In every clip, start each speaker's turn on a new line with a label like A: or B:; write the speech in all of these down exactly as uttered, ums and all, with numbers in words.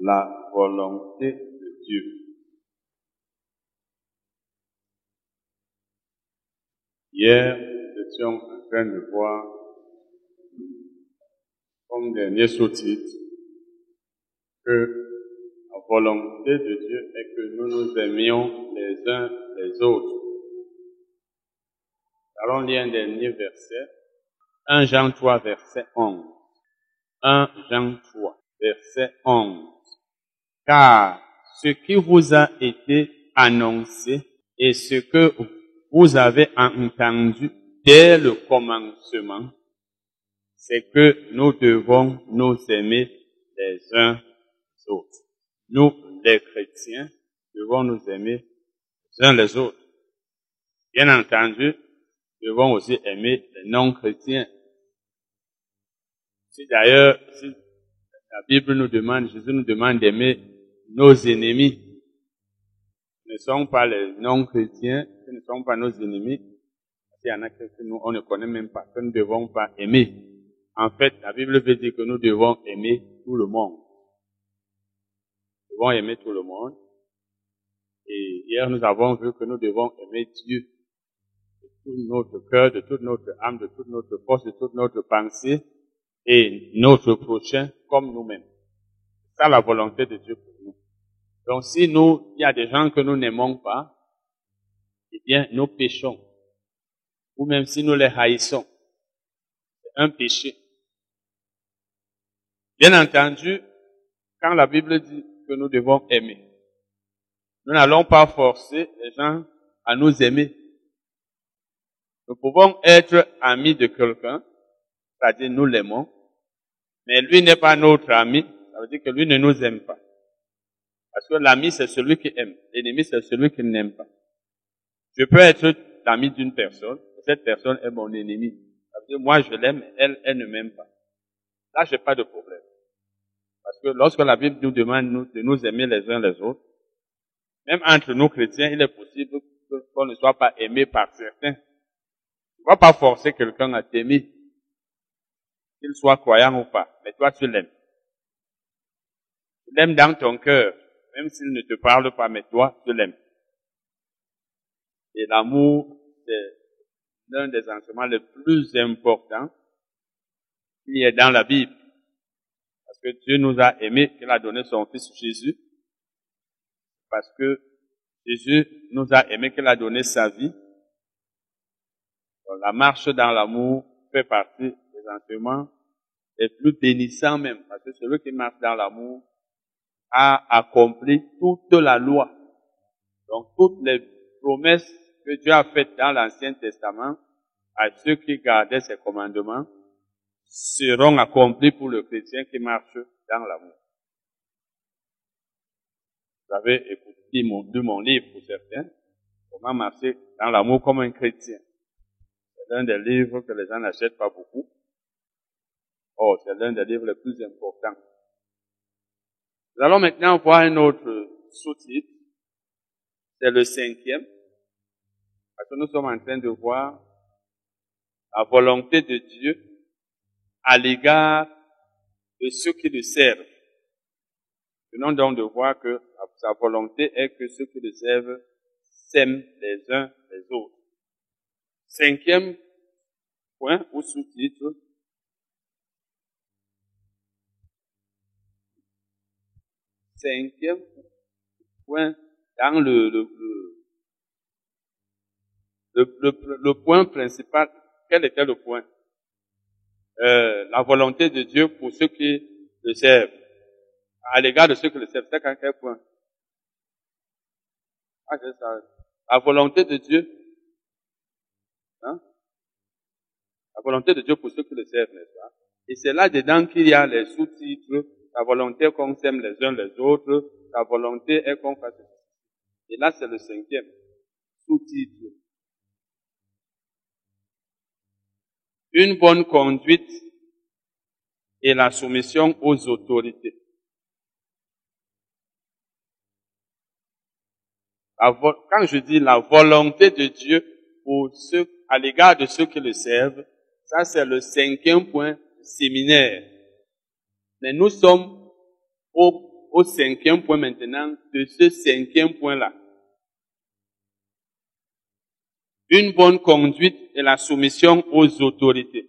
A: la volonté de Dieu. Hier, nous étions en train de voir, comme dernier sous-titre, que la volonté de Dieu est que nous nous aimions les uns les autres. Allons lire un dernier verset, premier Jean trois, verset onze. premier Jean trois, verset onze. Car ce qui vous a été annoncé et ce que vous avez entendu dès le commencement, c'est que nous devons nous aimer les uns les autres. Nous, les chrétiens, devons nous aimer les uns les autres. Bien entendu, nous devons aussi aimer les non-chrétiens. Si d'ailleurs, si la Bible nous demande, Jésus nous demande d'aimer nos ennemis, ce ne sont pas les non-chrétiens, ce ne sont pas nos ennemis. Il y en a que nous, on ne connaît même pas, que nous ne devons pas aimer. En fait, la Bible veut dire que nous devons aimer tout le monde. Nous devons aimer tout le monde. Et hier, nous avons vu que nous devons aimer Dieu de tout notre cœur, de toute notre âme, de toute notre force, de toute notre pensée et notre prochain comme nous-mêmes. C'est ça la volonté de Dieu pour nous. Donc si nous, il y a des gens que nous n'aimons pas, eh bien, nous péchons. Ou même si nous les haïssons. C'est un péché. Bien entendu, quand la Bible dit que nous devons aimer, nous n'allons pas forcer les gens à nous aimer. Nous pouvons être amis de quelqu'un, c'est-à-dire nous l'aimons, mais lui n'est pas notre ami, ça veut dire que lui ne nous aime pas. Parce que l'ami c'est celui qui aime, l'ennemi c'est celui qui n'aime pas. Je peux être l'ami d'une personne, et cette personne est mon ennemi. Ça veut dire moi je l'aime, elle, elle ne m'aime pas. Là j'ai pas de problème. Parce que lorsque la Bible nous demande nous, de nous aimer les uns les autres, même entre nous chrétiens, il est possible qu'on ne soit pas aimé par certains. Tu ne vas pas forcer quelqu'un à t'aimer, qu'il soit croyant ou pas, mais toi tu l'aimes. Tu l'aimes dans ton cœur, même s'il ne te parle pas, mais toi tu l'aimes. Et l'amour, c'est l'un des enseignements les plus importants qu'il y ait dans la Bible. Parce que Dieu nous a aimés, qu'il a donné son Fils Jésus. Parce que Jésus nous a aimés, qu'il a donné sa vie. Donc, la marche dans l'amour fait partie des enseignements les plus bénissants même. Parce que celui qui marche dans l'amour a accompli toute la loi. Donc toutes les promesses que Dieu a faites dans l'Ancien Testament à ceux qui gardaient ses commandements seront accomplies pour le chrétien qui marche dans l'amour. Vous avez écouté mon, lu mon livre pour certains, comment marcher dans l'amour comme un chrétien. C'est l'un des livres que les gens n'achètent pas beaucoup. Oh, c'est l'un des livres les plus importants. Nous allons maintenant voir un autre sous-titre. C'est le cinquième. Parce que nous sommes en train de voir la volonté de Dieu à l'égard de ceux qui le servent. Venons donc de voir que sa volonté est que ceux qui le servent s'aiment les uns les autres. Cinquième point ou sous-titre. Cinquième point dans le, le, le, le, le, le point principal. Quel était le point? Euh, la volonté de Dieu pour ceux qui le servent. À l'égard de ceux qui le servent, c'est quel point? Ah, c'est ça. La volonté de Dieu. Hein? La volonté de Dieu pour ceux qui le servent, n'est-ce pas? Et c'est là-dedans qu'il y a les sous-titres. La volonté qu'on s'aime les uns les autres. La volonté est qu'on fasse. Et là, c'est le cinquième sous-titre. Une bonne conduite et la soumission aux autorités. La vo- Quand je dis la volonté de Dieu pour ceux, à l'égard de ceux qui le servent, ça c'est le cinquième point du séminaire. Mais nous sommes au, au cinquième point maintenant de ce cinquième point-là. Une bonne conduite et la soumission aux autorités.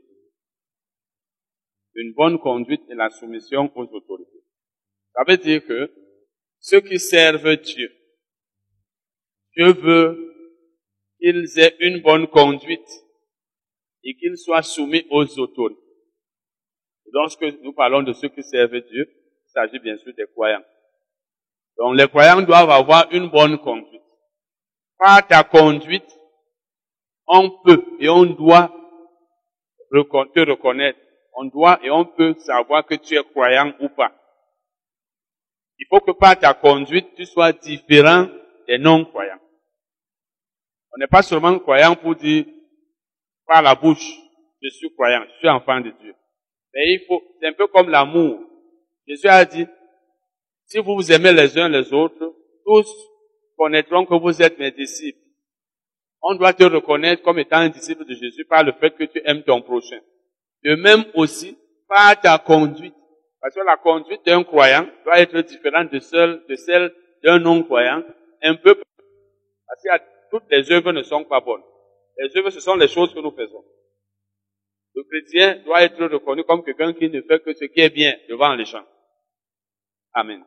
A: Une bonne conduite et la soumission aux autorités. Ça veut dire que ceux qui servent Dieu, Dieu veut qu'ils aient une bonne conduite et qu'ils soient soumis aux autorités. Lorsque nous parlons de ceux qui servent Dieu, il s'agit bien sûr des croyants. Donc les croyants doivent avoir une bonne conduite. Par ta conduite, on peut et on doit te reconnaître. On doit et on peut savoir que tu es croyant ou pas. Il faut que par ta conduite, tu sois différent des non-croyants. On n'est pas seulement croyant pour dire par la bouche, je suis croyant, je suis enfant de Dieu. Mais il faut, c'est un peu comme l'amour. Jésus a dit, si vous vous aimez les uns les autres, tous connaîtront que vous êtes mes disciples. On doit te reconnaître comme étant un disciple de Jésus par le fait que tu aimes ton prochain. De même aussi, par ta conduite. Parce que la conduite d'un croyant doit être différente de celle, de celle d'un non-croyant. Un peu, parce que toutes les œuvres ne sont pas bonnes. Les œuvres, ce sont les choses que nous faisons. Le chrétien doit être reconnu comme quelqu'un qui ne fait que ce qui est bien devant les gens. Amen.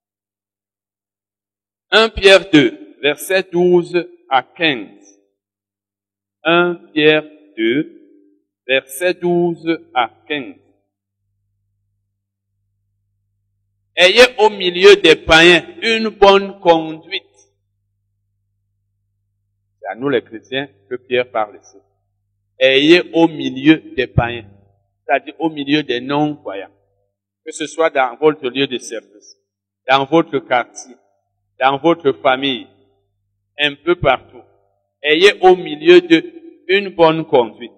A: Première Pierre deux, versets douze à quinze. Première Pierre deux, versets douze à quinze. Ayez au milieu des païens une bonne conduite. C'est à nous les chrétiens que Pierre parle ici. Ayez au milieu des païens, c'est-à-dire au milieu des non-croyants, que ce soit dans votre lieu de service, dans votre quartier, dans votre famille, un peu partout. Ayez au milieu d'eux une bonne conduite.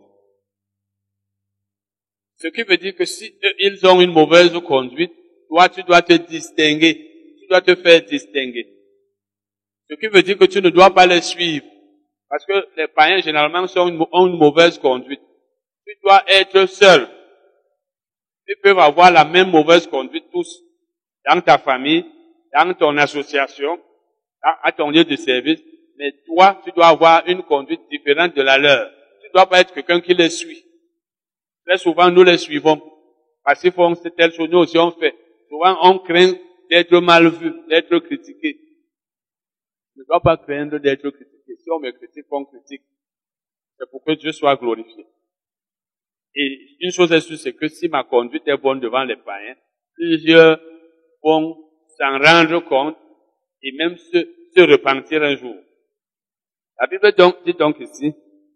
A: Ce qui veut dire que si eux, ils ont une mauvaise conduite, toi, tu dois te distinguer, tu dois te faire distinguer. Ce qui veut dire que tu ne dois pas les suivre. Parce que les païens, généralement, sont une, ont une mauvaise conduite. Tu dois être seul. Ils peuvent avoir la même mauvaise conduite tous. Dans ta famille, dans ton association, à ton lieu de service. Mais toi, tu dois avoir une conduite différente de la leur. Tu ne dois pas être quelqu'un qui les suit. Très souvent, nous les suivons. Parce qu'ils font telle chose, nous aussi on fait. Souvent, on craint d'être mal vu, d'être critiqué. Je ne dois pas craindre d'être critiqué. Si on me critique, on critique. C'est pour que Dieu soit glorifié. Et une chose est sûre, c'est que si ma conduite est bonne devant les païens, plusieurs vont s'en rendre compte et même se, se repentir un jour. La Bible donc, dit donc ici,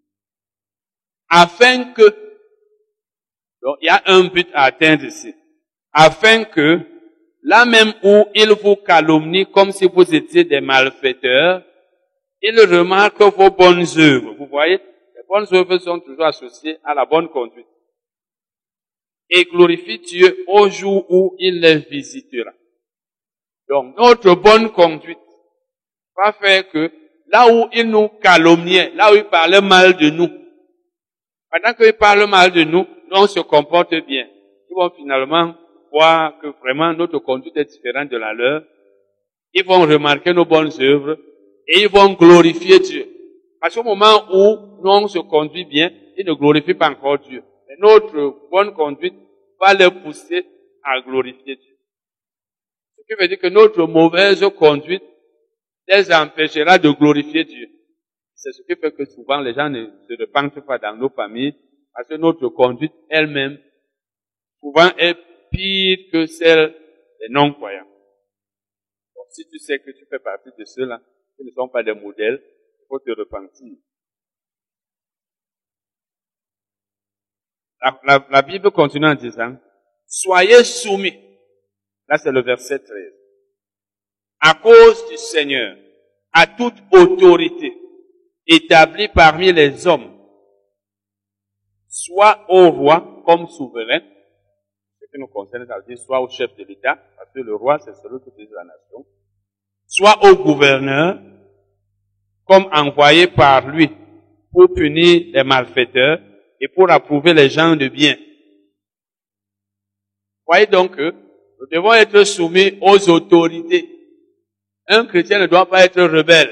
A: afin que, donc il y a un but à atteindre ici, afin que, là même où ils vous calomnient comme si vous étiez des malfaiteurs, ils remarquent vos bonnes œuvres. Vous voyez, les bonnes œuvres sont toujours associées à la bonne conduite. Et glorifie Dieu au jour où il les visitera. Donc, notre bonne conduite va faire que là où il nous calomniait, là où il parlait mal de nous, pendant qu'il parle mal de nous, nous on se comporte bien. Ils vont finalement voir que vraiment notre conduite est différente de la leur. Ils vont remarquer nos bonnes œuvres et ils vont glorifier Dieu. Parce qu'au moment où nous on se conduit bien, ils ne glorifient pas encore Dieu. Mais notre bonne conduite va les pousser à glorifier Dieu. Ce qui veut dire que notre mauvaise conduite les empêchera de glorifier Dieu. C'est ce qui fait que souvent les gens ne se repentent pas dans nos familles, parce que notre conduite elle-même, souvent est pire que celle des non-croyants. Donc si tu sais que tu fais partie de ceux-là, qui ne sont pas des modèles, il faut te repentir. La, la, la Bible continue en disant, soyez soumis. Là c'est le verset treize. À cause du Seigneur, à toute autorité établie parmi les hommes, soit au roi comme souverain, ce qui nous concerne, ça veut dire soit au chef de l'État, parce que le roi c'est celui qui dirige la nation, soit au gouverneur, comme envoyé par lui pour punir les malfaiteurs et pour approuver les gens de bien. Voyez donc que Nous devons être soumis aux autorités. Un chrétien ne doit pas être rebelle.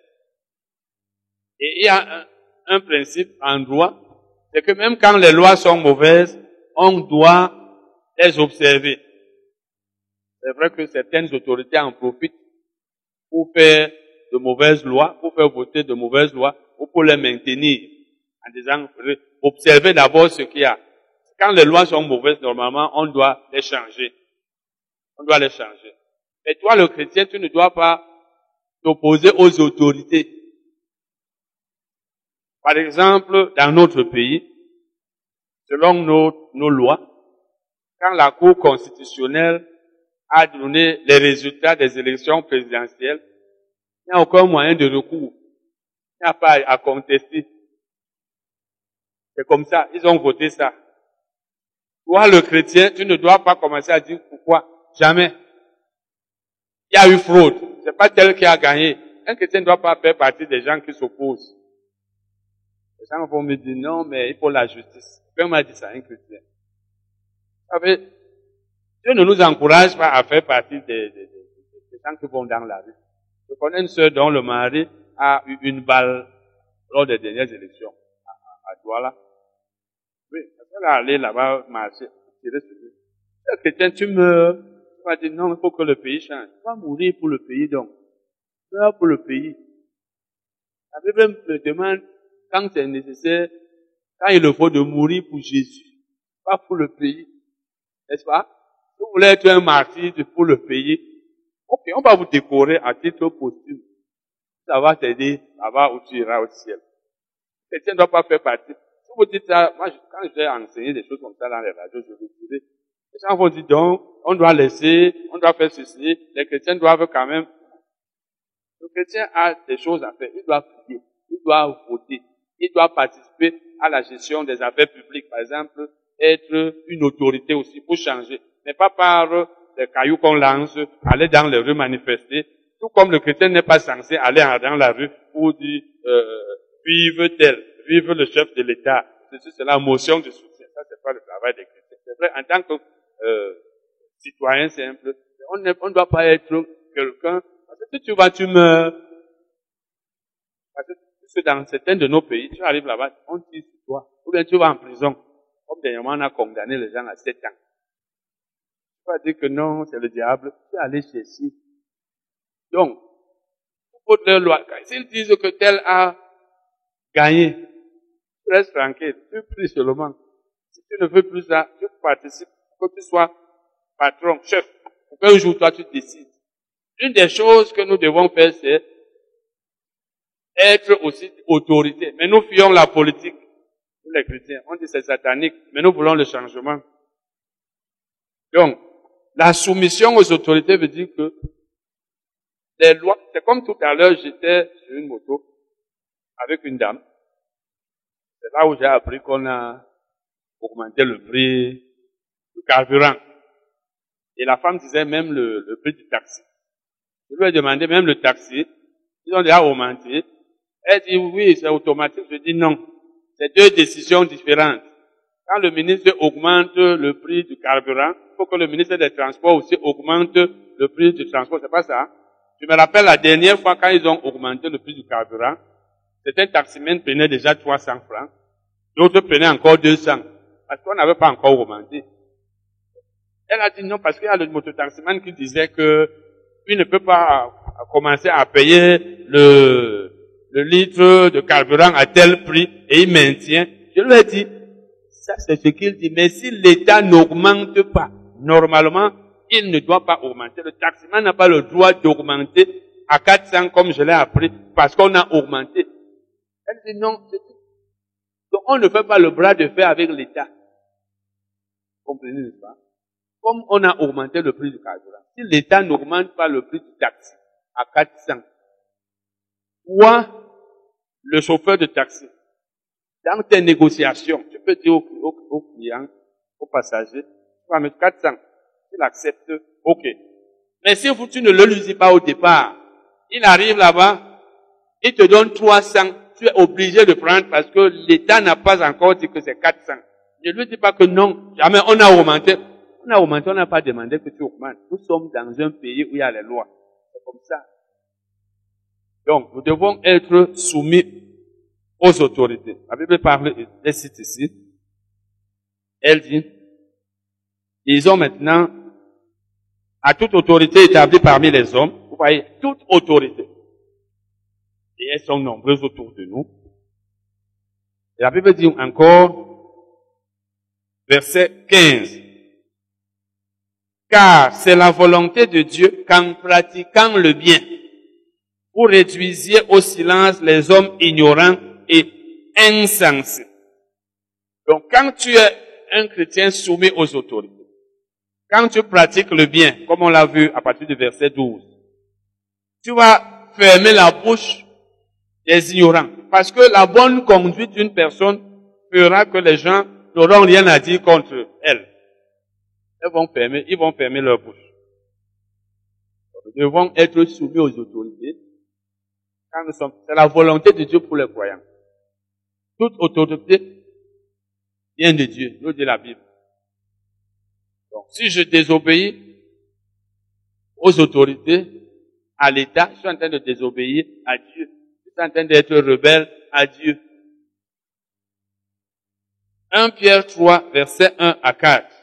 A: Et il y a un, un principe en droit, c'est que même quand les lois sont mauvaises, on doit les observer. C'est vrai que certaines autorités en profitent pour faire de mauvaises lois, pour faire voter de mauvaises lois, ou pour les maintenir, en disant, observez d'abord ce qu'il y a. Quand les lois sont mauvaises, normalement, on doit les changer. On doit les changer. Mais toi, le chrétien, tu ne dois pas t'opposer aux autorités. Par exemple, dans notre pays, selon nos, nos lois, quand la Cour constitutionnelle a donné les résultats des élections présidentielles, il n'y a aucun moyen de recours. Il n'y a pas à contester. C'est comme ça. Ils ont voté ça. Toi, le chrétien, tu ne dois pas commencer à dire pourquoi. Jamais. Il y a eu fraude. C'est pas tel qui a gagné. Un chrétien ne doit pas faire partie des gens qui s'opposent. Les gens vont me dire non, mais il faut la justice. Quelqu'un m'a dit ça, un chrétien. Vous savez, Dieu ne nous encourage pas à faire partie des, des, des, des gens qui vont dans la rue. Je connais une sœur dont le mari a eu une balle lors des dernières élections à, à, à Douala. Oui, elle est allée là-bas marcher, tirer sur lui. Le chrétien, tu meurs. Tu vas dire non, il faut que le pays change. Tu vas mourir pour le pays donc. Meurs pour le pays. La Bible me demande, quand c'est nécessaire, quand il le faut, de mourir pour Jésus. Pas pour le pays. N'est-ce pas? Si vous voulez être un martyr pour le pays, ok, on va vous décorer à titre posthume. Ça va t'aider là-bas où tu iras au ciel. Le chrétien ne doit pas faire partie. Si vous dites ça, moi, quand j'ai enseigné des choses comme ça dans les radios, je vous dirais, les gens vont dire donc, on doit laisser, on doit faire ceci, les chrétiens doivent quand même. Le chrétien a des choses à faire. Il doit prier, il doit voter, il doit participer à la gestion des affaires publiques, par exemple, être une autorité aussi pour changer. Mais pas par des cailloux qu'on lance, aller dans les rues manifester. Tout comme le chrétien n'est pas censé aller dans la rue pour dire euh, vive tel, vive le chef de l'État. Ceci, c'est la motion de soutien. Ça, c'est pas le travail des chrétiens. C'est vrai, en tant que euh, citoyen simple, on ne on doit pas être quelqu'un. Parce que si tu vas, tu meurs. Parce que dans certains de nos pays, tu arrives là-bas, on tire sur toi. Ou bien tu vas en prison. Comme dernièrement, on a condamné les gens à sept ans. Tu vas dire que non, c'est le diable. Tu vas aller chercher. Donc, pour leur loi, s'ils disent que tel a gagné, tu restes tranquille, tu pries seulement. Si tu ne veux plus ça, tu participes, pour que tu sois patron, chef, pour qu'un jour toi tu décides. Une des choses que nous devons faire, c'est être aussi autorité. Mais nous fuyons la politique, nous les chrétiens. On dit c'est satanique, mais nous voulons le changement. Donc, la soumission aux autorités veut dire que les lois, c'est comme tout à l'heure, j'étais sur une moto avec une dame. C'est là où j'ai appris qu'on a augmenté le prix du carburant. Et la femme disait même le, le prix du taxi. Je lui ai demandé même le taxi. Ils ont déjà augmenté. Elle dit oui, c'est automatique. Je dis non. C'est deux décisions différentes. Quand le ministre augmente le prix du carburant, il faut que le ministre des Transports aussi augmente le prix du transport. C'est pas ça? Je me rappelle la dernière fois quand ils ont augmenté le prix du carburant, certains taximens prenaient déjà trois cents francs, d'autres prenaient encore deux cents, parce qu'on n'avait pas encore augmenté. Elle a dit non, parce qu'il y a le mototaximan qui disait que il ne peut pas commencer à payer le, le litre de carburant à tel prix et il maintient. Je lui ai dit, ça c'est ce qu'il dit, mais si l'État n'augmente pas, normalement, il ne doit pas augmenter. Le taximan n'a pas le droit d'augmenter à quatre cents comme je l'ai appris parce qu'on a augmenté. Elle dit non. Donc on ne fait pas le bras de fer avec l'État. Comprenez, n'est-ce pas? Comme on a augmenté le prix du carburant. Si l'État n'augmente pas le prix du taxi à quatre cents, toi, le chauffeur de taxi, dans tes négociations, tu peux dire au, au, au client, au passager, tu vas mettre quatre cents. Il accepte, ok. Mais si vous, tu ne le lui dis pas au départ, il arrive là-bas, il te donne trois cents, tu es obligé de prendre parce que l'État n'a pas encore dit que c'est quatre cents. Ne lui dis pas que non, jamais on a augmenté. On a augmenté, on n'a pas demandé que tu augmentes. Nous sommes dans un pays où il y a les lois. C'est comme ça. Donc, nous devons être soumis aux autorités. La Bible parle, elle cite ici, elle dit, ils ont maintenant, à toute autorité établie parmi les hommes, vous voyez, toute autorité. Et elles sont nombreuses autour de nous. Et la Bible dit encore, verset quinze, car c'est la volonté de Dieu qu'en pratiquant le bien, vous réduisiez au silence les hommes ignorants et insensés. Donc, quand tu es un chrétien soumis aux autorités, quand tu pratiques le bien, comme on l'a vu à partir du verset douze, tu vas fermer la bouche des ignorants. Parce que la bonne conduite d'une personne fera que les gens n'auront rien à dire contre elle. Ils vont fermer, ils vont fermer leur bouche. Nous devons être soumis aux autorités. Quand nous sommes, c'est la volonté de Dieu pour les croyants. Toute autorité vient de Dieu, nous dit la Bible. Donc, si je désobéis aux autorités, à l'État, je suis en train de désobéir à Dieu. Je suis en train d'être rebelle à Dieu. premier Pierre trois, versets un à quatre.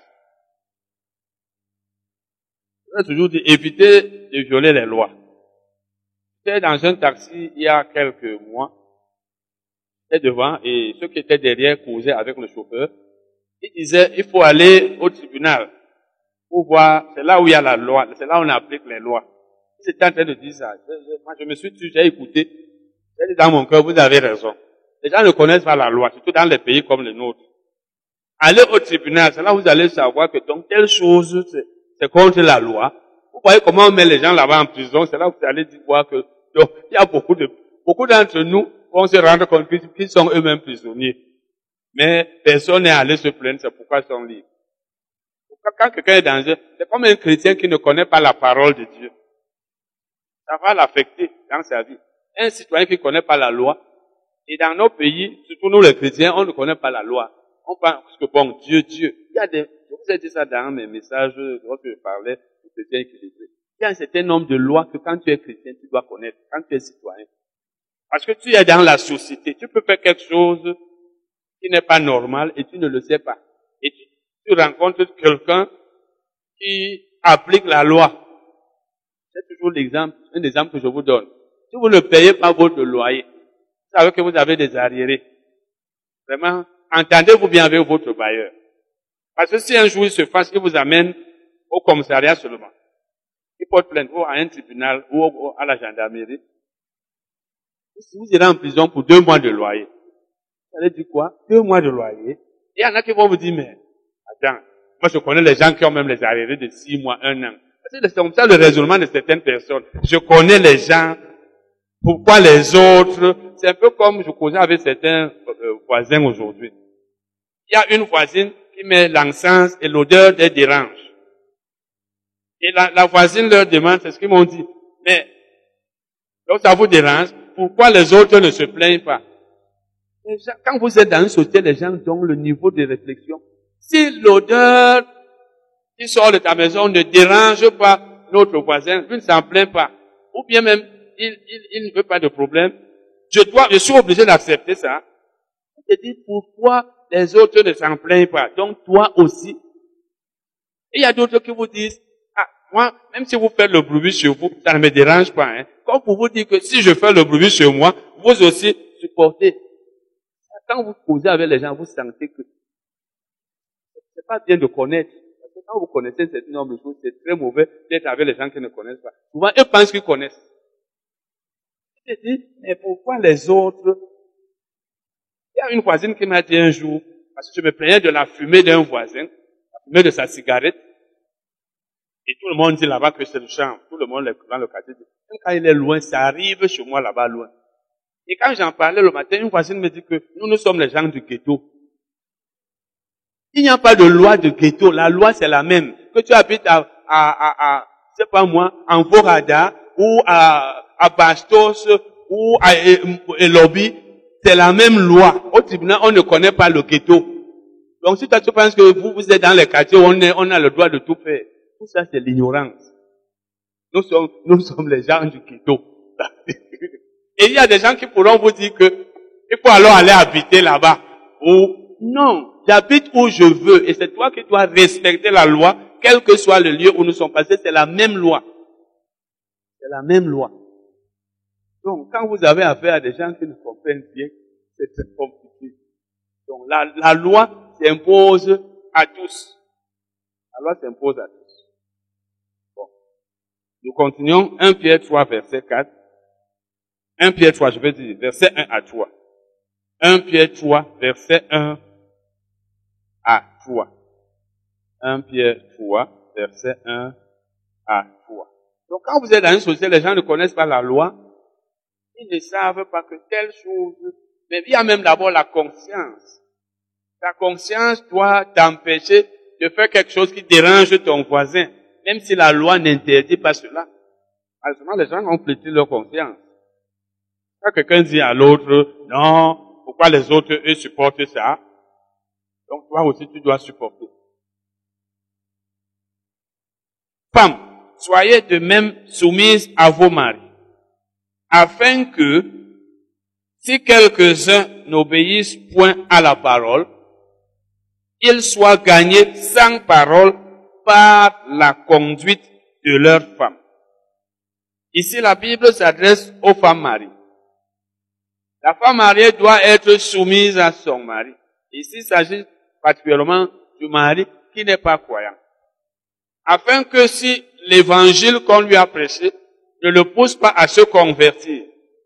A: Je vais toujours dire, évitez de violer les lois. J'étais dans un taxi il y a quelques mois. J'étais devant et ceux qui étaient derrière causaient avec le chauffeur. Il disait, il faut aller au tribunal pour voir, c'est là où il y a la loi, c'est là où on applique les lois. C'était en train de dire ça. Je, je, moi, je me suis dit, j'ai écouté. J'ai dit dans mon cœur, vous avez raison. Les gens ne connaissent pas la loi, surtout dans les pays comme le nôtre. Allez au tribunal, c'est là où vous allez savoir que donc telle chose, c'est, c'est contre la loi. Vous voyez comment on met les gens là-bas en prison, c'est là où vous allez voir que, donc, il y a beaucoup de, beaucoup d'entre nous vont se rendre compte qu'ils sont eux-mêmes prisonniers. Mais personne n'est allé se plaindre, c'est pourquoi ils sont libres. Quand quelqu'un est dans un, c'est comme un chrétien qui ne connaît pas la parole de Dieu. Ça va l'affecter dans sa vie. Un citoyen qui ne connaît pas la loi, et dans nos pays, surtout nous les chrétiens, on ne connaît pas la loi. On pense que bon, Dieu, Dieu. Il y a des, je vous ai dit ça dans mes messages, lorsque je parlais du chrétien équilibré. Il y a un certain nombre de lois que quand tu es chrétien, tu dois connaître, quand tu es citoyen. Parce que tu es dans la société, tu peux faire quelque chose qui n'est pas normal et tu ne le sais pas. Et tu, tu rencontres quelqu'un qui applique la loi. C'est toujours l'exemple, un exemple que je vous donne. Si vous ne payez pas votre loyer, vous savez que vous avez des arriérés. Vraiment, entendez-vous bien avec votre bailleur. Parce que si un jour il se fasse, il vous amène au commissariat seulement, il porte plainte ou à un tribunal ou à la gendarmerie, si vous irez en prison pour deux mois de loyer, vous allez dire quoi? Deux mois de loyer. Et il y en a qui vont vous dire, mais, attends, moi je connais les gens qui ont même les arriérés de six mois, un an. C'est comme ça le raisonnement de certaines personnes. Je connais les gens. Pourquoi les autres? C'est un peu comme je causais avec certains euh, voisins aujourd'hui. Il y a une voisine qui met l'encens et l'odeur les dérange. Et la, la voisine leur demande, c'est ce qu'ils m'ont dit. Mais, donc ça vous dérange? Pourquoi les autres ne se plaignent pas? Les gens, quand vous êtes dans une société, les gens ont le niveau de réflexion. Si l'odeur qui sort de ta maison ne dérange pas notre voisin, lui ne s'en plaint pas. Ou bien même, il, il, il ne veut pas de problème. Je dois, je suis obligé d'accepter ça. Je te dis, pourquoi les autres ne s'en plaignent pas? Donc, toi aussi. Et il y a d'autres qui vous disent, ah, moi, même si vous faites le bruit chez vous, ça ne me dérange pas, hein. Comme pour vous dire que si je fais le bruit chez moi, vous aussi supportez. Quand vous causez avec les gens, vous sentez que c'est pas bien de connaître. Quand vous connaissez cet nombre de choses, c'est très mauvais d'être avec les gens qui ne connaissent pas. Souvent, eux pensent qu'ils connaissent. Je te dis, mais pourquoi les autres? Il y a une voisine qui m'a dit un jour, parce que je me plaignais de la fumée d'un voisin, la fumée de sa cigarette, et tout le monde dit là-bas que c'est le champ. Tout le monde dans le quartier dit, même quand il est loin, ça arrive chez moi là-bas loin. Et quand j'en parlais le matin, une voisine me dit que nous, nous sommes les gens du ghetto. Il n'y a pas de loi de ghetto. La loi, c'est la même. Que tu habites à, à, à, à je sais pas moi, en Vorada, ou à, à Bastos, ou à Elobi, c'est la même loi. Au tribunal, on ne connaît pas le ghetto. Donc si toi tu penses que vous, vous êtes dans les quartiers où on, est, on a le droit de tout faire, tout ça c'est l'ignorance. Nous sommes, nous sommes les gens du ghetto. Et il y a des gens qui pourront vous dire que il faut alors aller habiter là-bas. Ou non, j'habite où je veux et c'est toi qui dois respecter la loi, quel que soit le lieu où nous sommes passés, c'est la même loi. C'est la même loi. Donc, quand vous avez affaire à des gens qui ne comprennent bien, c'est très compliqué. Donc, la, la loi s'impose à tous. La loi s'impose à tous. Bon. Nous continuons. premier Pierre trois, verset quatre. premier Pierre trois, je vais dire, verset un à trois. premier Pierre trois, verset un à trois. premier Pierre trois, verset un à trois. Donc, quand vous êtes dans une société, les gens ne connaissent pas la loi, ils ne savent pas que telle chose, mais il y a même d'abord la conscience. Ta conscience doit t'empêcher de faire quelque chose qui dérange ton voisin, même si la loi n'interdit pas cela. Alors, les gens ont flétri leur conscience. Quand quelqu'un dit à l'autre, non, pourquoi les autres, eux, supportent ça? Donc, toi aussi, tu dois supporter. Femmes, soyez de même soumises à vos maris, afin que, si quelques-uns n'obéissent point à la parole, ils soient gagnés sans parole par la conduite de leurs femmes. Ici, la Bible s'adresse aux femmes mariées. La femme mariée doit être soumise à son mari. Ici, il s'agit particulièrement du mari qui n'est pas croyant. Afin que si l'évangile qu'on lui a prêché ne le pousse pas à se convertir,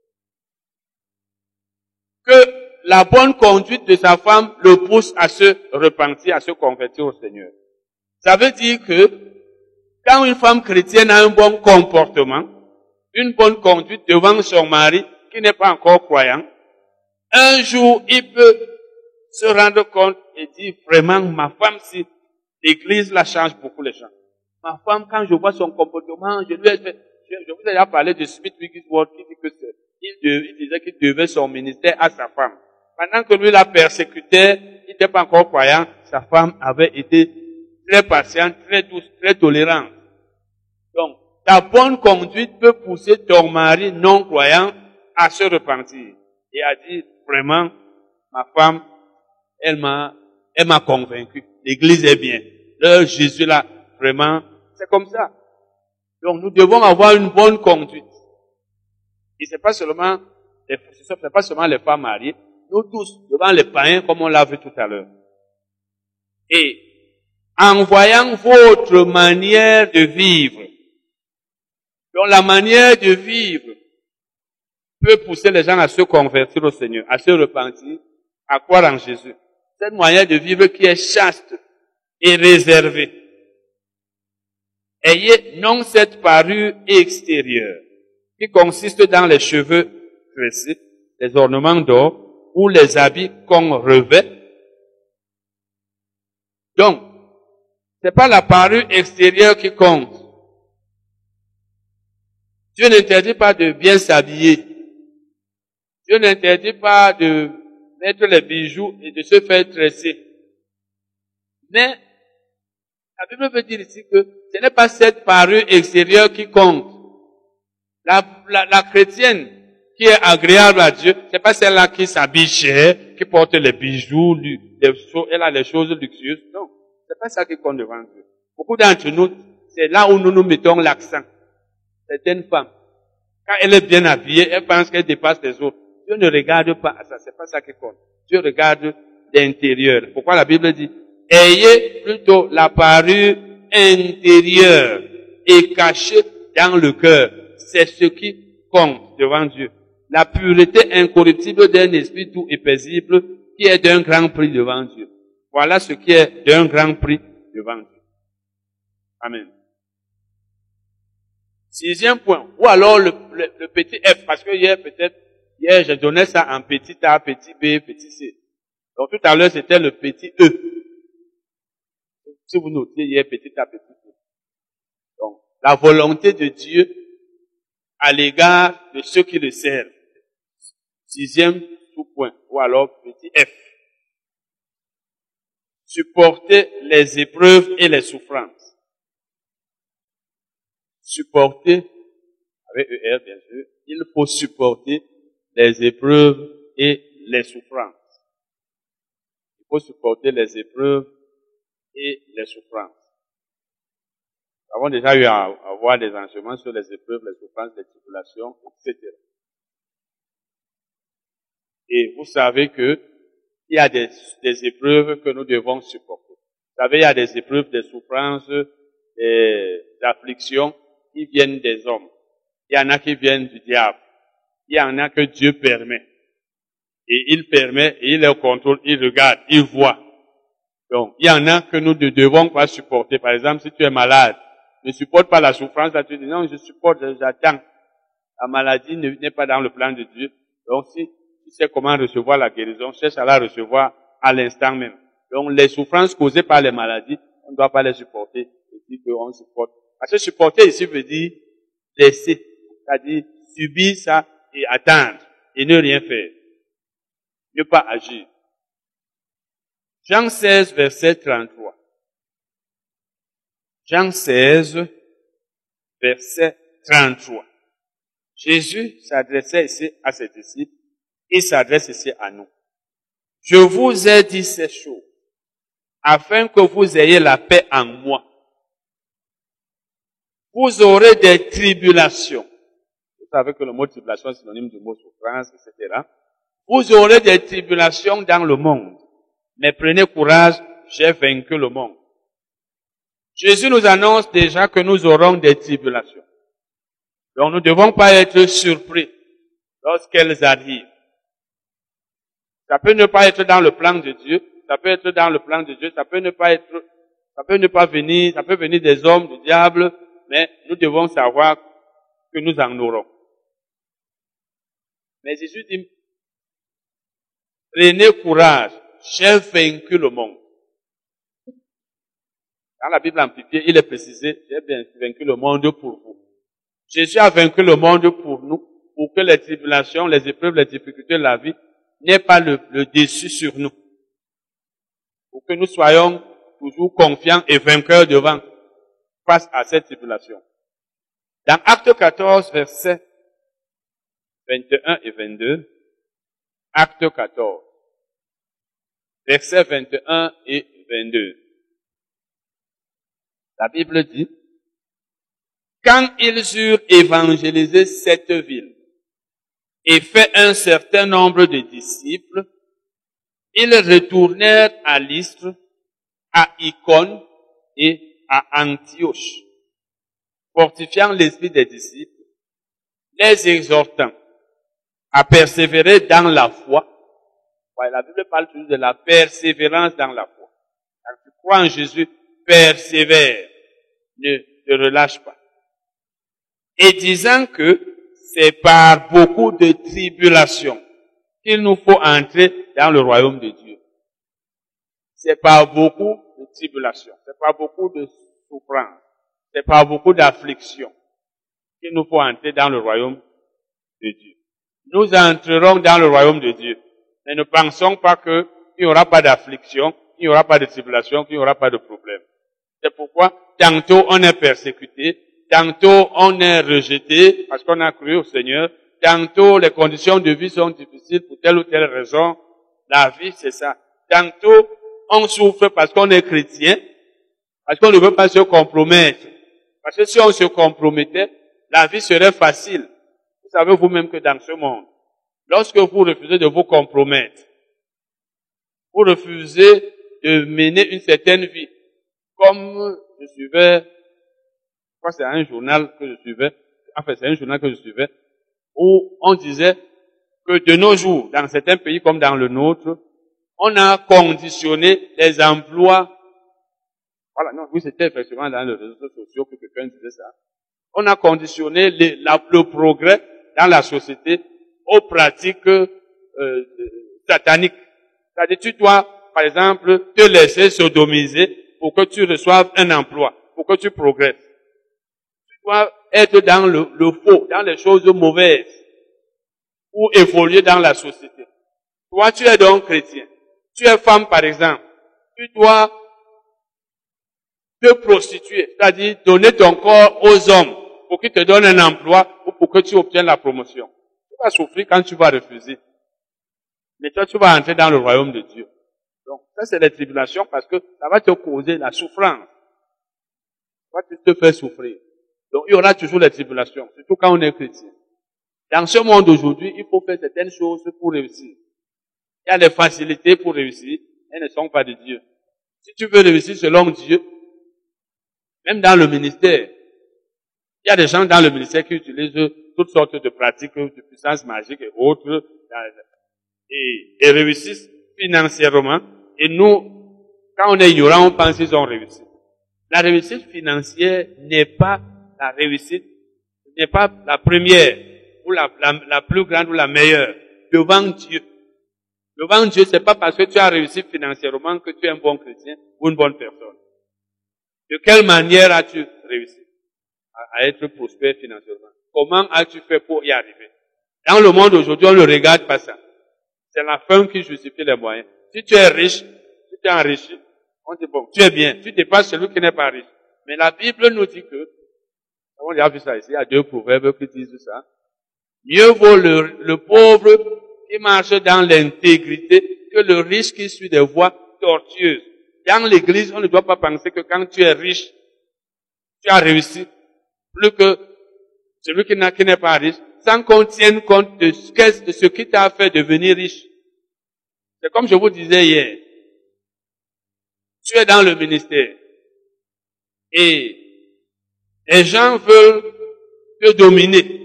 A: que la bonne conduite de sa femme le pousse à se repentir, à se convertir au Seigneur. Ça veut dire que quand une femme chrétienne a un bon comportement, une bonne conduite devant son mari qui n'est pas encore croyant, un jour il peut se rendre compte et dire vraiment ma femme, si l'église la change beaucoup les gens. Ma femme, quand je vois son comportement, je lui ai fait, je, je vous ai déjà parlé de Smith Wigglesworth qui dit que c'est, il, de, il disait qu'il devait son ministère à sa femme. Pendant que lui la persécutait, il n'était pas encore croyant, sa femme avait été très patiente, très douce, très tolérante. Donc, ta bonne conduite peut pousser ton mari non croyant à se repentir et à dire vraiment, ma femme, elle m'a, elle m'a convaincu. L'église est bien. Le Jésus là, vraiment, c'est comme ça. Donc, nous devons avoir une bonne conduite. Et c'est pas seulement les, c'est pas seulement les femmes mariées, nous tous, devant les païens, comme on l'a vu tout à l'heure. Et, en voyant votre manière de vivre, donc la manière de vivre peut pousser les gens à se convertir au Seigneur, à se repentir, à croire en Jésus. Cette manière de vivre qui est chaste et réservée. Ayez non cette parure extérieure, qui consiste dans les cheveux tressés, les ornements d'or, ou les habits qu'on revêt. Donc, c'est pas la parure extérieure qui compte. Dieu n'interdit pas de bien s'habiller. Dieu n'interdit pas de mettre les bijoux et de se faire tresser. Mais, la Bible veut dire ici que ce n'est pas cette parure extérieure qui compte. La, la, la chrétienne qui est agréable à Dieu, c'est pas celle-là qui s'habille cher, qui porte les bijoux, les, elle a les choses luxueuses. Non, c'est pas ça qui compte devant Dieu. Beaucoup d'entre nous, c'est là où nous nous mettons l'accent. Certaines femmes, quand elle est bien habillée, elle pense qu'elle dépasse les autres. Dieu ne regarde pas à ça, c'est pas ça qui compte. Dieu regarde l'intérieur. Pourquoi la Bible dit, ayez plutôt la parure intérieure et cachée dans le cœur. C'est ce qui compte devant Dieu. La pureté incorruptible d'un esprit doux et paisible qui est d'un grand prix devant Dieu. Voilà ce qui est d'un grand prix devant Dieu. Amen. Sixième point. Ou alors le, le, le petit F, parce que hier peut-être, hier je donnais ça en petit A, petit B, petit C. Donc tout à l'heure c'était le petit E. Si vous notez hier petit A, petit B. Donc la volonté de Dieu à l'égard de ceux qui le servent. Sixième sous-point. Ou alors petit F. supporter les épreuves et les souffrances. Supporter, avec E R bien sûr, il faut supporter les épreuves et les souffrances. Il faut supporter les épreuves et les souffrances. Nous avons déjà eu à avoir des enseignements sur les épreuves, les souffrances, les tribulations, et cetera. Et vous savez que il y a des, des épreuves que nous devons supporter. Vous savez, il y a des épreuves, des souffrances, des afflictions qui viennent des hommes. Il y en a qui viennent du diable. Il y en a que Dieu permet. Et il permet, et il les contrôle, il regarde, il voit. Donc, il y en a que nous ne devons pas supporter. Par exemple, si tu es malade, ne supporte pas la souffrance, là tu dis non, je supporte, j'attends. La maladie n'est pas dans le plan de Dieu. Donc, si tu sais comment recevoir la guérison, cherche à la recevoir à l'instant même. Donc, les souffrances causées par les maladies, on ne doit pas les supporter. Et puis qu'on supporte. Parce que supporter ici veut dire laisser. C'est-à-dire subir ça et attendre. Et ne rien faire. Ne pas agir. Jean seize, verset trente-trois. Jean seize, verset trente-trois. Jésus s'adressait ici à ses disciples. Il s'adresse ici à nous. Je vous ai dit ces choses, afin que vous ayez la paix en moi. Vous aurez des tribulations. Vous savez que le mot tribulation est synonyme du mot souffrance, et cetera. Vous aurez des tribulations dans le monde. Mais prenez courage, j'ai vaincu le monde. Jésus nous annonce déjà que nous aurons des tribulations. Donc nous ne devons pas être surpris lorsqu'elles arrivent. Ça peut ne pas être dans le plan de Dieu, ça peut être dans le plan de Dieu, ça peut ne pas être, ça peut ne pas venir, ça peut venir des hommes, du diable, mais nous devons savoir que nous en aurons. Mais Jésus dit, prenez courage, j'ai vaincu le monde. Dans la Bible amplifiée, il est précisé, j'ai bien vaincu le monde pour vous. Jésus a vaincu le monde pour nous, pour que les tribulations, les épreuves, les difficultés de la vie n'aient pas le, le dessus sur nous. Pour que nous soyons toujours confiants et vainqueurs devant, face à cette tribulation. Dans Acte quatorze, versets vingt et un et vingt-deux, Acte quatorze, versets vingt et un et vingt-deux. La Bible dit, quand ils eurent évangélisé cette ville et fait un certain nombre de disciples, ils retournèrent à Lystre, à Icône et à Antioche, fortifiant l'esprit des disciples, les exhortant à persévérer dans la foi. Ouais, la Bible parle toujours de la persévérance dans la foi. Quand tu crois en Jésus, persévère, ne te relâche pas. Et disant que c'est par beaucoup de tribulations qu'il nous faut entrer dans le royaume de Dieu. C'est par beaucoup de tribulations, c'est par beaucoup de souffrances, c'est par beaucoup d'afflictions qu'il nous faut entrer dans le royaume de Dieu. Nous entrerons dans le royaume de Dieu, mais ne pensons pas qu'il n'y aura pas d'affliction, qu'il n'y aura pas de tribulation, qu'il n'y aura pas de problème. C'est pourquoi tantôt on est persécuté, tantôt on est rejeté parce qu'on a cru au Seigneur, tantôt les conditions de vie sont difficiles pour telle ou telle raison. La vie, c'est ça. Tantôt on souffre parce qu'on est chrétien, parce qu'on ne veut pas se compromettre. Parce que si on se compromettait, la vie serait facile. Vous savez vous-même que dans ce monde, lorsque vous refusez de vous compromettre, vous refusez de mener une certaine vie, comme je suivais, je crois que c'est un journal que je suivais, enfin c'est un journal que je suivais, où on disait que de nos jours, dans certains pays comme dans le nôtre, on a conditionné les emplois. Voilà, non, oui, c'était effectivement dans les réseaux sociaux que quelqu'un disait ça. On a conditionné les, la, le progrès dans la société aux pratiques euh, euh, sataniques. C'est-à-dire, tu dois, par exemple, te laisser sodomiser pour que tu reçoives un emploi, pour que tu progresses. Tu dois être dans le, le faux, dans les choses mauvaises, ou évoluer dans la société. Toi, tu es donc chrétien. Tu es femme, par exemple. tu dois te prostituer, c'est-à-dire donner ton corps aux hommes pour qu'ils te donnent un emploi ou pour que tu obtiennes la promotion. Tu vas souffrir quand tu vas refuser. Mais toi, tu vas entrer dans le royaume de Dieu. Donc, ça, c'est la tribulation parce que ça va te causer la souffrance. Ça va te faire souffrir. Donc, il y aura toujours les tribulations, surtout quand on est chrétien. Dans ce monde d'aujourd'hui, il faut faire certaines choses pour réussir. Il y a des facilités pour réussir, elles ne sont pas de Dieu. Si tu veux réussir selon Dieu, même dans le ministère, il y a des gens dans le ministère qui utilisent toutes sortes de pratiques de puissance magique et autres, et, et réussissent financièrement. Et nous, quand on est ignorant, on pense qu'ils ont réussi. La réussite financière n'est pas la réussite, n'est pas la première, ou la, la, la plus grande ou la meilleure, devant Dieu. Devant Dieu, c'est pas parce que tu as réussi financièrement que tu es un bon chrétien ou une bonne personne. De quelle manière as-tu réussi à, à être prospère financièrement? Comment as-tu fait pour y arriver? Dans le monde aujourd'hui, on ne regarde pas ça. C'est la fin qui justifie les moyens. Si tu es riche, si tu es enrichi, on dit bon, tu es bien, tu dépasses celui qui n'est pas riche. Mais la Bible nous dit que, on a vu ça ici, il y a deux proverbes qui disent ça. Mieux vaut le, le pauvre qui marche dans l'intégrité que le riche qui suit des voies tortueuses. Dans l'église, on ne doit pas penser que quand tu es riche, tu as réussi plus que celui qui n'est pas riche, sans qu'on tienne compte de ce, de ce qui t'a fait devenir riche. C'est comme je vous disais hier. Tu es dans le ministère et les gens veulent te dominer.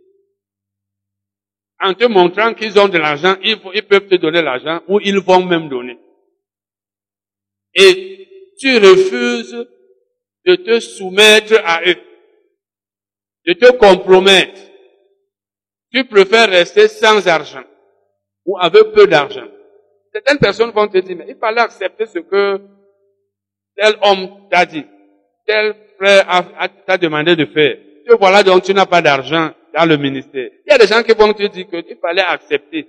A: En te montrant qu'ils ont de l'argent, ils, ils peuvent te donner l'argent ou ils vont même donner. Et tu refuses de te soumettre à eux, de te compromettre. Tu préfères rester sans argent ou avec peu d'argent. Certaines personnes vont te dire, mais il fallait accepter ce que tel homme t'a dit, tel frère t'a demandé de faire. Et voilà donc tu n'as pas d'argent dans le ministère. Il y a des gens qui vont te dire qu'il fallait accepter.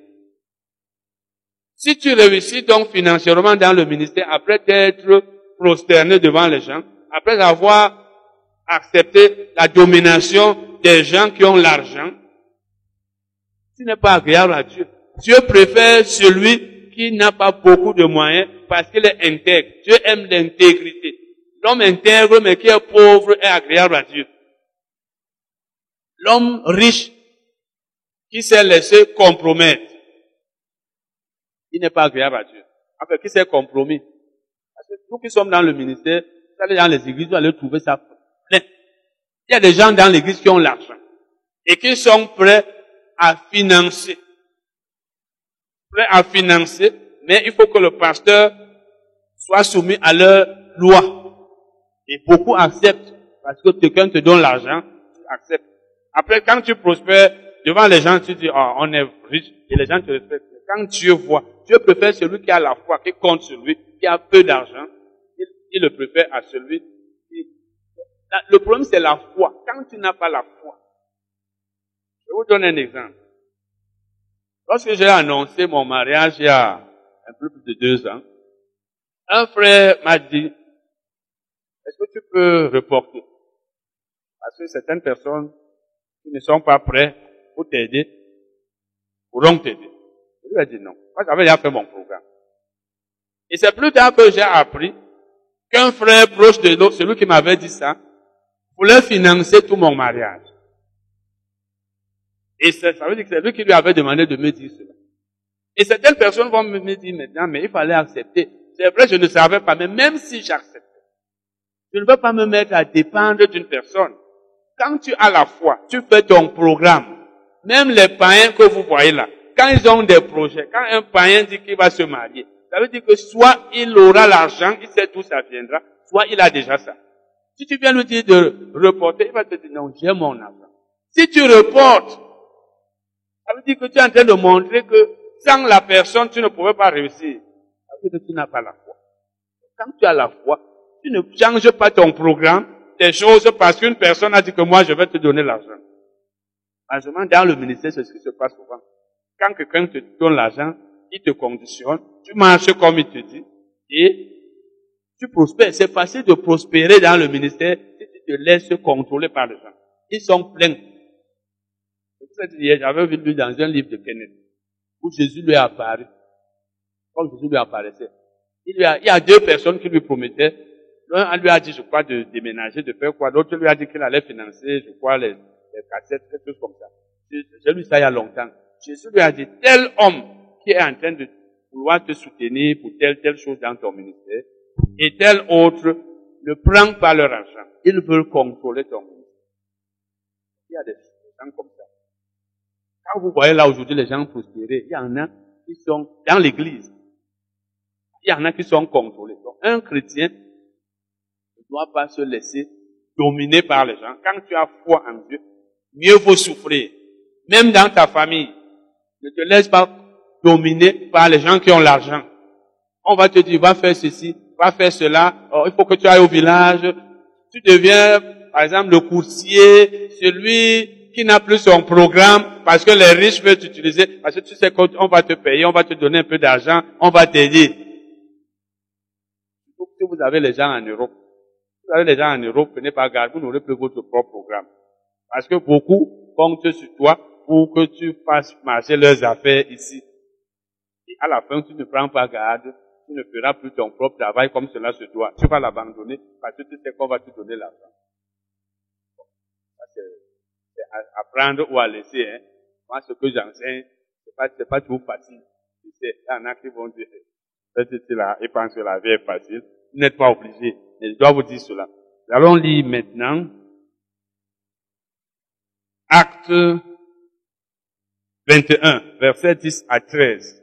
A: Si tu réussis donc financièrement dans le ministère, après t'être prosterné devant les gens, après avoir accepté la domination des gens qui ont l'argent, tu n'es pas agréable à Dieu. Dieu préfère celui qui n'a pas beaucoup de moyens parce qu'il est intègre. Dieu aime l'intégrité. L'homme intègre mais qui est pauvre est agréable à Dieu. L'homme riche qui s'est laissé compromettre, il n'est pas agréable à Dieu. Enfin, qui s'est compromis. Parce que nous qui sommes dans le ministère, vous allez dans les églises, vous allez trouver ça plein. Il y a des gens dans l'église qui ont l'argent et qui sont prêts à financer. Prêts à financer, mais il faut que le pasteur soit soumis à leur loi. Et beaucoup acceptent parce que quelqu'un te donne l'argent, tu acceptes. Après, quand tu prospères, devant les gens, tu dis, oh, on est riche, et les gens te respectent. Quand Dieu voit, Dieu préfère celui qui a la foi, qui compte sur lui, qui a peu d'argent, il, il le préfère à celui qui... Le problème, c'est la foi. Quand tu n'as pas la foi, je vous donne un exemple. Lorsque j'ai annoncé mon mariage il y a un peu plus de deux ans, un frère m'a dit, est-ce que tu peux reporter? Parce que certaines personnes qui ne sont pas prêts pour t'aider, pourront t'aider. Je lui ai dit non. Moi, j'avais déjà fait mon programme. Et c'est plus tard que j'ai appris qu'un frère proche de l'autre, celui qui m'avait dit ça, voulait financer tout mon mariage. Et ça veut dire que c'est lui qui lui avait demandé de me dire cela. Et certaines personnes vont me dire maintenant, mais il fallait accepter. C'est vrai, je ne savais pas, mais même si j'acceptais, je ne veux pas me mettre à dépendre d'une personne. Quand tu as la foi, tu fais ton programme. Même les païens que vous voyez là, quand ils ont des projets, quand un païen dit qu'il va se marier, ça veut dire que soit il aura l'argent, il sait d'où ça viendra, soit il a déjà ça. Si tu viens lui dire de reporter, il va te dire non, j'ai mon argent. Si tu reportes, ça veut dire que tu es en train de montrer que sans la personne, tu ne pouvais pas réussir. Ça veut dire que tu n'as pas la foi. Quand tu as la foi, tu ne changes pas ton programme, tes choses, parce qu'une personne a dit que moi, je vais te donner l'argent. Malheureusement, dans le ministère, c'est ce qui se passe souvent. Quand quelqu'un te donne l'argent, il te conditionne, tu marches comme il te dit, et tu prospères. C'est facile de prospérer dans le ministère si tu te laisses contrôler par les gens. Ils sont pleins. C'est pour ça que j'avais vu dans un livre de Kenneth, où Jésus lui a apparu. Comme Jésus lui apparaissait. Il, lui a, il y a deux personnes qui lui promettaient. L'un lui a dit, je crois, de déménager, de faire quoi. L'autre lui a dit qu'il allait financer, je crois, les, les cassettes, quelque chose comme ça. J'ai lu ça il y a longtemps. Jésus lui a dit, tel homme qui est en train de vouloir te soutenir pour telle, telle chose dans ton ministère, et tel autre le prend par leur argent. Ils veulent contrôler ton ministère. Il y a des gens comme ça. Quand vous voyez là aujourd'hui les gens prospérer, il y en a qui sont dans l'église. Il y en a qui sont contrôlés. Donc, un chrétien ne doit pas se laisser dominer par les gens. Quand tu as foi en Dieu, mieux vaut souffrir. Même dans ta famille, ne te laisse pas dominer par les gens qui ont l'argent. On va te dire, va faire ceci, va faire cela. Oh, il faut que tu ailles au village. Tu deviens, par exemple, le coursier, celui qui n'a plus son programme, parce que les riches veulent t'utiliser, parce que tu sais qu'on va te payer, on va te donner un peu d'argent, on va t'aider. Si vous avez les gens en Europe, si vous avez les gens en Europe, prenez pas garde, vous n'aurez plus votre propre programme. Parce que beaucoup comptent sur toi pour que tu fasses marcher leurs affaires ici. Et à la fin, tu ne prends pas garde, tu ne feras plus ton propre travail comme cela se doit. Tu vas l'abandonner parce que tu sais qu'on va te donner l'argent. Bon, ça c'est, c'est à, à prendre ou à laisser. Hein. Moi, ce que j'enseigne, c'est pas, c'est pas toujours facile. Tu sais, il y en a qui vont dire, peut-être là, ils pensent que la vie est facile. Vous n'êtes pas obligé. Mais je dois vous dire cela. Nous allons lire maintenant Acte vingt et un, versets dix à treize.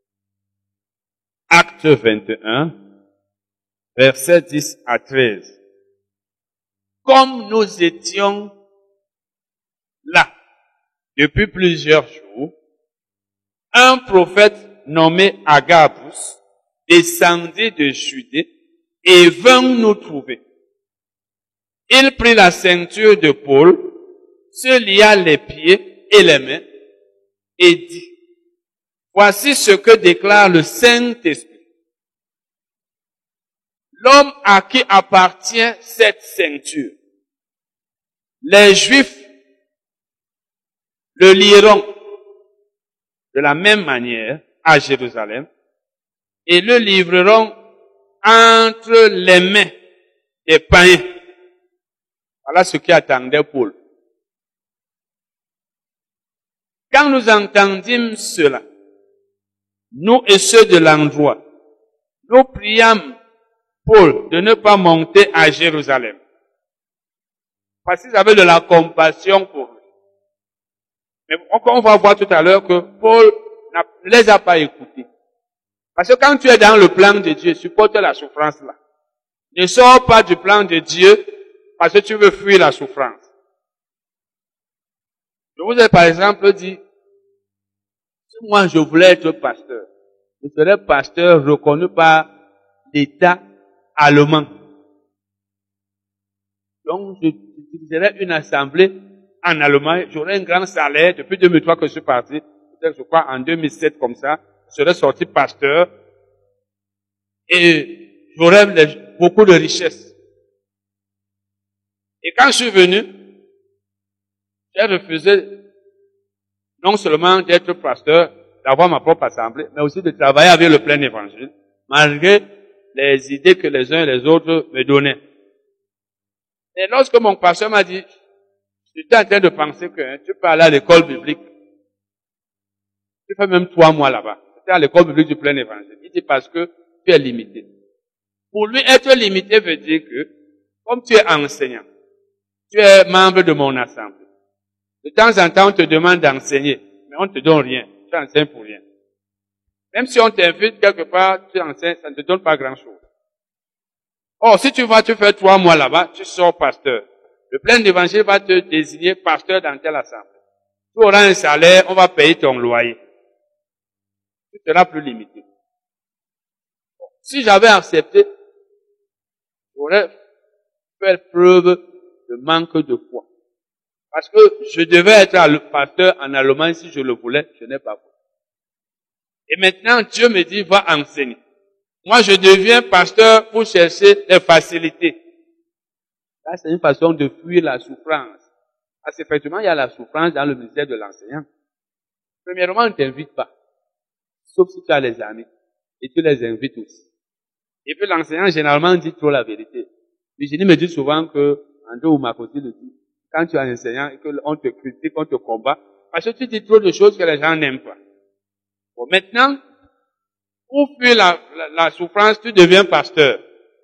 A: Acte vingt et un, versets dix à treize. Comme nous étions là depuis plusieurs jours, un prophète nommé Agabus descendit de Judée et vint nous trouver. Il prit la ceinture de Paul, se lia les pieds et les mains et dit, voici ce que déclare le Saint-Esprit. L'homme à qui appartient cette ceinture, les Juifs le lieront de la même manière à Jérusalem et le livreront entre les mains des païens. Voilà ce qui attendait Paul. Quand nous entendîmes cela, nous et ceux de l'endroit, nous priâmes Paul de ne pas monter à Jérusalem. Parce qu'ils avaient de la compassion pour lui. Mais on va voir tout à l'heure que Paul ne les a pas écoutés. Parce que quand tu es dans le plan de Dieu, supporte la souffrance là. Ne sors pas du plan de Dieu parce que tu veux fuir la souffrance. Je vous ai par exemple dit, si moi je voulais être pasteur, je serais pasteur reconnu par l'État allemand. Donc je utiliserais une assemblée en Allemagne, j'aurais un grand salaire, depuis deux mille trois que je suis parti, peut-être je crois en deux mille sept comme ça, je serais sorti pasteur et j'aurais beaucoup de richesses. Et quand je suis venu, j'ai refusé non seulement d'être pasteur, d'avoir ma propre assemblée, mais aussi de travailler avec le plein évangile, malgré les idées que les uns et les autres me donnaient. Et lorsque mon pasteur m'a dit, j'étais en train de penser que hein, tu peux aller à l'école biblique. Tu fais même trois mois là-bas. C'était à l'école biblique du plein évangile. Il dit parce que tu es limité. Pour lui, être limité veut dire que, comme tu es enseignant, tu es membre de mon assemblée. De temps en temps, on te demande d'enseigner, mais on ne te donne rien. Tu enseignes pour rien. Même si on t'invite quelque part, tu enseignes, ça ne te donne pas grand-chose. Or, si tu vas te faire trois mois là-bas, tu sors pasteur. Le plein d'évangile va te désigner pasteur dans telle assemblée. Tu auras un salaire, on va payer ton loyer. Tu seras plus limité. Bon, si j'avais accepté, j'aurais fait preuve de manque de foi. Parce que je devais être pasteur en Allemagne si je le voulais, je n'ai pas voulu. Et maintenant, Dieu me dit, va enseigner. Moi, je deviens pasteur pour chercher les facilités. Là, c'est une façon de fuir la souffrance. Parce qu'effectivement, il y a la souffrance dans le ministère de l'enseignant. Premièrement, on ne t'invite pas. Sauf si tu as les amis. Et tu les invites aussi. Et puis l'enseignant, généralement, dit trop la vérité. Virginie me dit souvent que, André ou Makoti le dit, quand tu es enseignant et qu'on te critique, on te combat, parce que tu dis trop de choses que les gens n'aiment pas. Bon, maintenant, pour fuir la, la, la souffrance, tu deviens pasteur.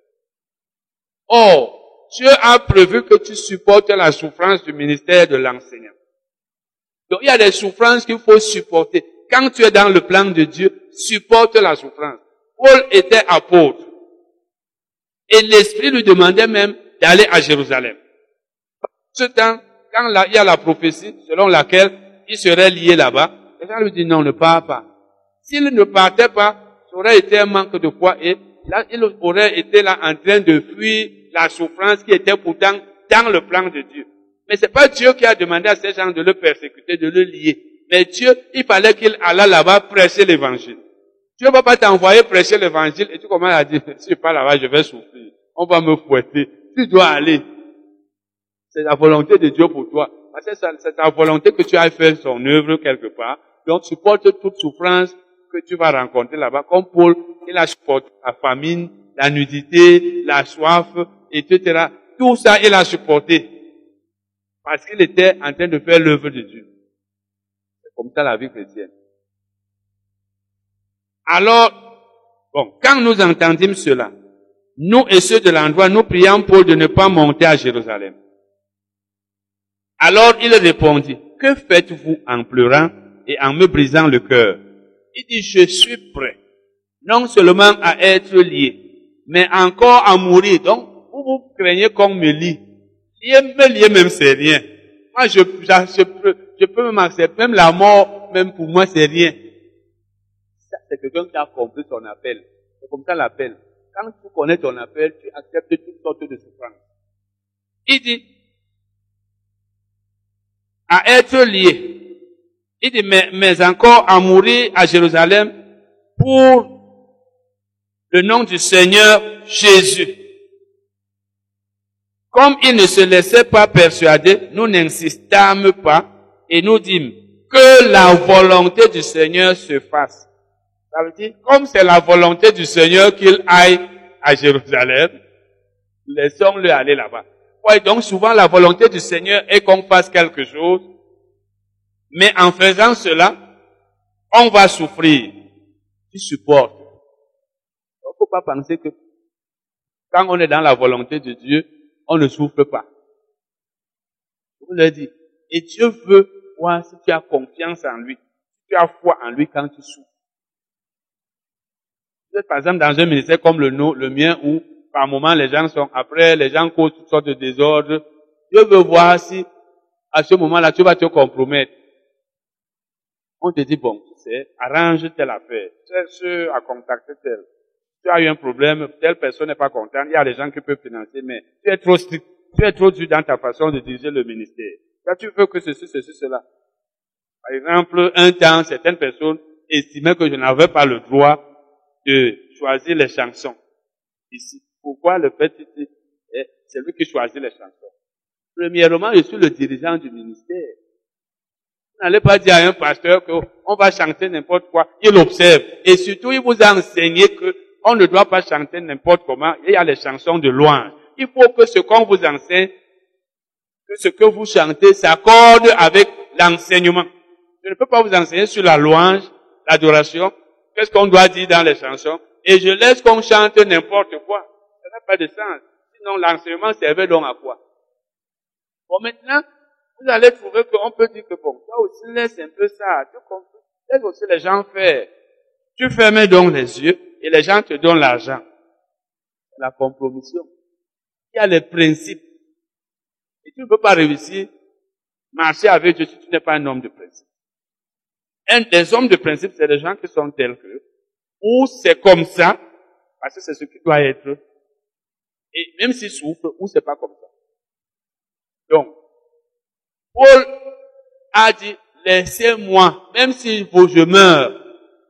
A: Or, Dieu a prévu que tu supportes la souffrance du ministère de l'enseignant. Donc, il y a des souffrances qu'il faut supporter. Quand tu es dans le plan de Dieu, supporte la souffrance. Paul était apôtre. Et l'Esprit lui demandait même d'aller à Jérusalem. Ce temps, quand là, il y a la prophétie selon laquelle il serait lié là-bas, les gens lui disent non, ne pars pas. S'il ne partait pas, ça aurait été un manque de foi et là, il aurait été là en train de fuir la souffrance qui était pourtant dans le plan de Dieu. Mais c'est pas Dieu qui a demandé à ces gens de le persécuter, de le lier. Mais Dieu, il fallait qu'il allât là-bas prêcher l'évangile. Dieu ne va pas t'envoyer prêcher l'évangile et tu commences à dire, si je pars là-bas, je vais souffrir. On va me fouetter. Tu dois aller. C'est la volonté de Dieu pour toi. Parce que c'est ta volonté que tu ailles faire son œuvre quelque part. Donc, supporte toute souffrance que tu vas rencontrer là-bas. Comme Paul, il a supporté la famine, la nudité, la soif, et cetera. Tout ça, il a supporté. Parce qu'il était en train de faire l'œuvre de Dieu. C'est comme ça la vie chrétienne. Alors, bon, quand nous entendîmes cela, nous et ceux de l'endroit, nous prions Paul de ne pas monter à Jérusalem. Alors il répondit, que faites-vous en pleurant et en me brisant le cœur? Il dit, je suis prêt, non seulement à être lié, mais encore à mourir. Donc, vous vous craignez qu'on me lie. Lier, me lier même, c'est rien. Moi, je, je, je peux, je peux même accepter, même la mort, même pour moi, c'est rien. Ça, c'est quelqu'un qui a compris son appel. C'est comme ça l'appel. Quand tu connais ton appel, tu acceptes toutes sortes de souffrances. Il dit, à être lié. Il dit, mais, mais encore à mourir à Jérusalem pour le nom du Seigneur Jésus. Comme il ne se laissait pas persuader, nous n'insistâmes pas et nous dîmes que la volonté du Seigneur se fasse. Ça veut dire, comme c'est la volonté du Seigneur qu'il aille à Jérusalem, laissons-le aller là-bas. Ouais, donc souvent la volonté du Seigneur est qu'on fasse quelque chose, mais en faisant cela, on va souffrir. Tu supportes. Il ne faut pas penser que quand on est dans la volonté de Dieu, on ne souffre pas. Je vous l'ai dit. Et Dieu veut voir si tu as confiance en lui, si tu as foi en lui quand tu souffres. Vous êtes par exemple dans un ministère comme le, no, le mien où par moment les gens sont, après les gens causent toutes sortes de désordres. Dieu veut voir si à ce moment-là tu vas te compromettre. On te dit bon, tu sais, arrange telle affaire, cherche à contacter tel. Tu as eu un problème, telle personne n'est pas contente, il y a des gens qui peuvent financer, mais tu es trop strict, tu es trop dur dans ta façon de diriger le ministère. Là, tu veux que ceci, ceci, cela. Par exemple, un temps, certaines personnes estimaient que je n'avais pas le droit de choisir les chansons ici. Pourquoi le fait que c'est lui qui choisit les chansons? Premièrement, je suis le dirigeant du ministère. Vous n'allez pas dire à un pasteur qu'on va chanter n'importe quoi. Il observe. Et surtout, il vous a enseigné que on ne doit pas chanter n'importe comment. Il y a les chansons de louange. Il faut que ce qu'on vous enseigne, que ce que vous chantez s'accorde avec l'enseignement. Je ne peux pas vous enseigner sur la louange, l'adoration, qu'est-ce qu'on doit dire dans les chansons, et je laisse qu'on chante n'importe quoi. Ça n'a pas de sens. Sinon, l'enseignement servait donc à quoi? Bon, maintenant, vous allez trouver qu'on peut dire que bon, toi aussi laisse un peu ça, tu comprends? Laisse aussi les gens faire. Tu fermes donc les yeux et les gens te donnent l'argent. C'est la compromission. Il y a les principes. Et tu ne peux pas réussir, marcher avec Dieu si tu n'es pas un homme de principe. Un des hommes de principe, c'est des gens qui sont tels que, ou c'est comme ça, parce que c'est ce qui doit être, et même s'ils souffrent, ou c'est pas comme ça. Donc, Paul a dit, laissez-moi, même si je meurs,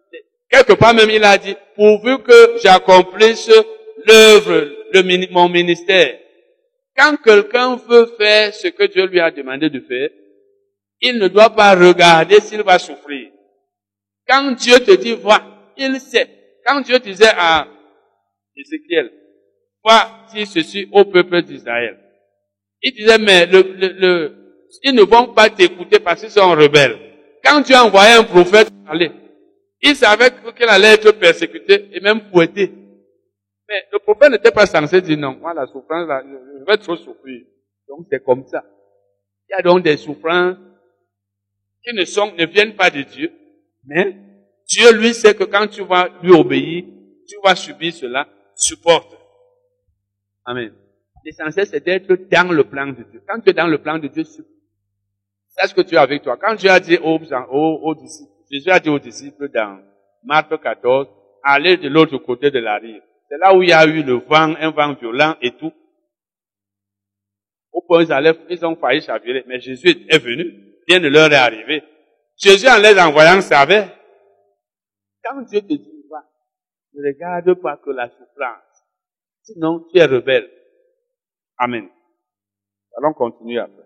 A: Quelque part même, il a dit, pourvu que j'accomplisse l'œuvre, le, mon ministère. Quand quelqu'un veut faire ce que Dieu lui a demandé de faire, il ne doit pas regarder s'il va souffrir. Quand Dieu te dit, va, il sait. Quand Dieu disait à Ézéchiel, va, dis ceci au peuple d'Israël. Il disait, mais le, le, le, ils ne vont pas t'écouter parce qu'ils sont rebelles. Quand Dieu a envoyé un prophète parler, il savait qu'il allait être persécuté et même fouetté. Mais le prophète n'était pas censé dire non, moi la souffrance, là, je vais trop souffrir. Donc c'est comme ça. Il y a donc des souffrances qui ne sont, ne viennent pas de Dieu, mais Dieu lui sait que quand tu vas lui obéir, tu vas subir cela, supporte. Amen. L'essentiel c'est d'être dans le plan de Dieu. Quand tu es dans le plan de Dieu, c'est ce que tu as avec toi. Quand Dieu a dit aux, aux, aux disciples, Jésus a dit aux disciples dans Marc quatorze, allez de l'autre côté de la rive. C'est là où il y a eu le vent, un vent violent et tout. Au point où ils allaient, ils ont failli chavirer. Mais Jésus est venu, rien ne leur est arrivé. Jésus en les envoyant savait. Quand Dieu te dit, va, ne regarde pas que la souffrance. Sinon, tu es rebelle. Amen. Allons continuer après.